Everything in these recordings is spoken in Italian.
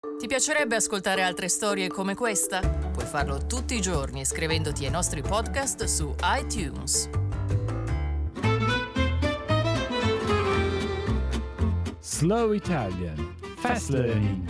Ti piacerebbe ascoltare altre storie come questa? Puoi farlo tutti i giorni iscrivendoti ai nostri podcast su iTunes. Slow Italian Fast Learning.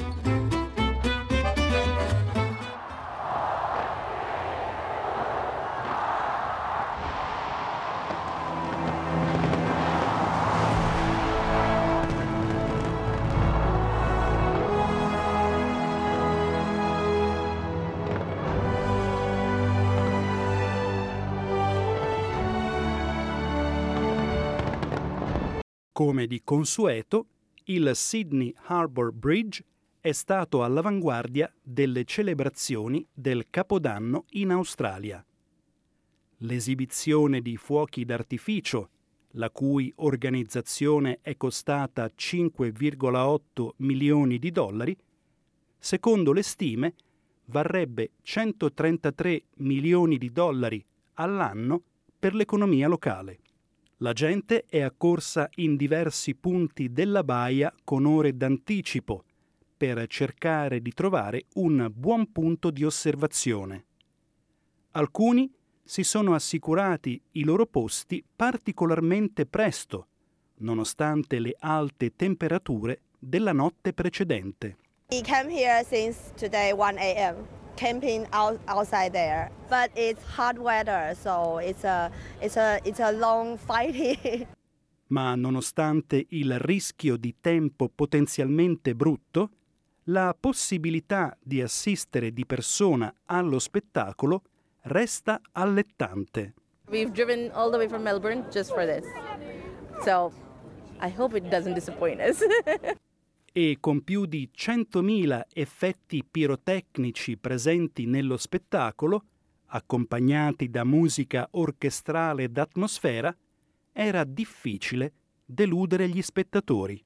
Come di consueto, il Sydney Harbour Bridge è stato all'avanguardia delle celebrazioni del Capodanno in Australia. L'esibizione di fuochi d'artificio, la cui organizzazione è costata 5,8 milioni di dollari, secondo le stime varrebbe 133 milioni di dollari all'anno per l'economia locale. La gente è accorsa in diversi punti della baia con ore d'anticipo per cercare di trovare un buon punto di osservazione. Alcuni si sono assicurati i loro posti particolarmente presto, nonostante le alte temperature della notte precedente. We came here since today 1 a.m. camping outside there, but it's hot weather, so it's a long fighting. Ma nonostante il rischio di tempo potenzialmente brutto, la possibilità di assistere di persona allo spettacolo resta allettante. We've driven all the way from Melbourne just for this, so I hope it doesn't disappoint us. E con più di 100.000 effetti pirotecnici presenti nello spettacolo, accompagnati da musica orchestrale d'atmosfera, era difficile deludere gli spettatori.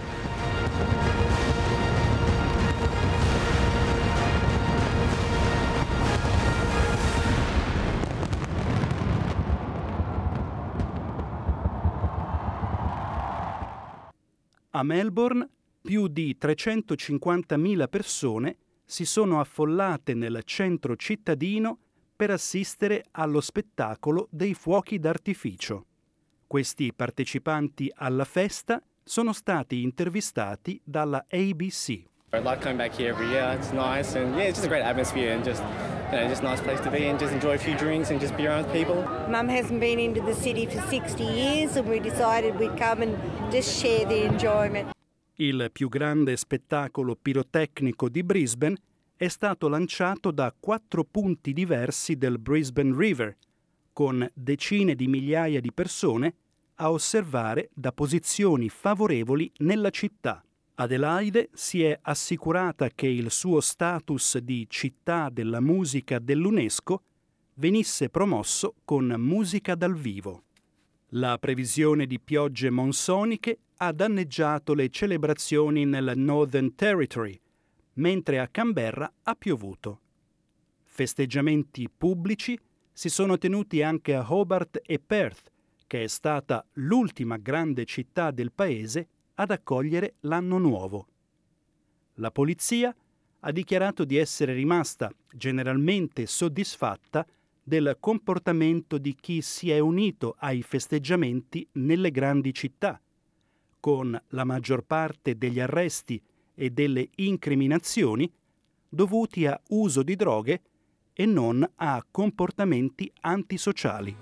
A Melbourne più di 350.000 persone si sono affollate nel centro cittadino per assistere allo spettacolo dei fuochi d'artificio. Questi partecipanti alla festa sono stati intervistati dalla ABC. I like coming back here every year. It's nice and it's just a great atmosphere and just a nice place to be and just enjoy a few drinks and just be around people. Mum hasn't been into the city for 60 years and we decided we'd come and just share the enjoyment. Il più grande spettacolo pirotecnico di Brisbane è stato lanciato da 4 punti diversi del Brisbane River, con decine di migliaia di persone a osservare da posizioni favorevoli nella città. Adelaide si è assicurata che il suo status di città della musica dell'UNESCO venisse promosso con musica dal vivo. La previsione di piogge monsoniche ha danneggiato le celebrazioni nel Northern Territory, mentre a Canberra ha piovuto. Festeggiamenti pubblici si sono tenuti anche a Hobart e Perth, che è stata l'ultima grande città del paese ad accogliere l'anno nuovo. La polizia ha dichiarato di essere rimasta generalmente soddisfatta del comportamento di chi si è unito ai festeggiamenti nelle grandi città, con la maggior parte degli arresti e delle incriminazioni dovuti a uso di droghe e non a comportamenti antisociali.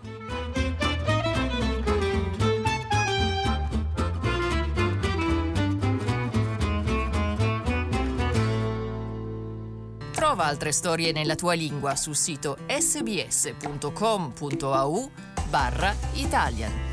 Trova altre storie nella tua lingua sul sito sbs.com.au/Italian.